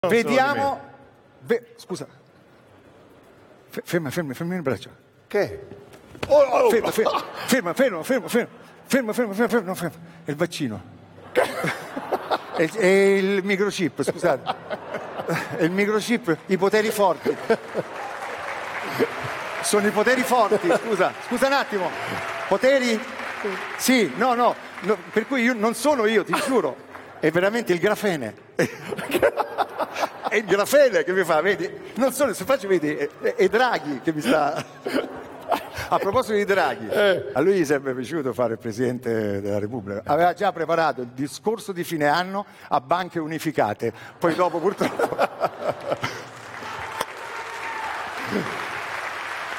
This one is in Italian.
Vediamo. Scusa. Ferma il braccio. Che? Ferma. È il vaccino. È il microchip, scusate. È il microchip, i poteri forti. Sono i poteri forti, scusa un attimo. Poteri? Sì, no, per cui io non sono io, ti giuro. È veramente il grafene. È il grafene che mi fa, vedi? Non solo, se faccio, vedi, è Draghi che mi sta... A proposito di Draghi, a lui gli sarebbe piaciuto fare il Presidente della Repubblica. Aveva già preparato il discorso di fine anno a banche unificate. Poi dopo, purtroppo...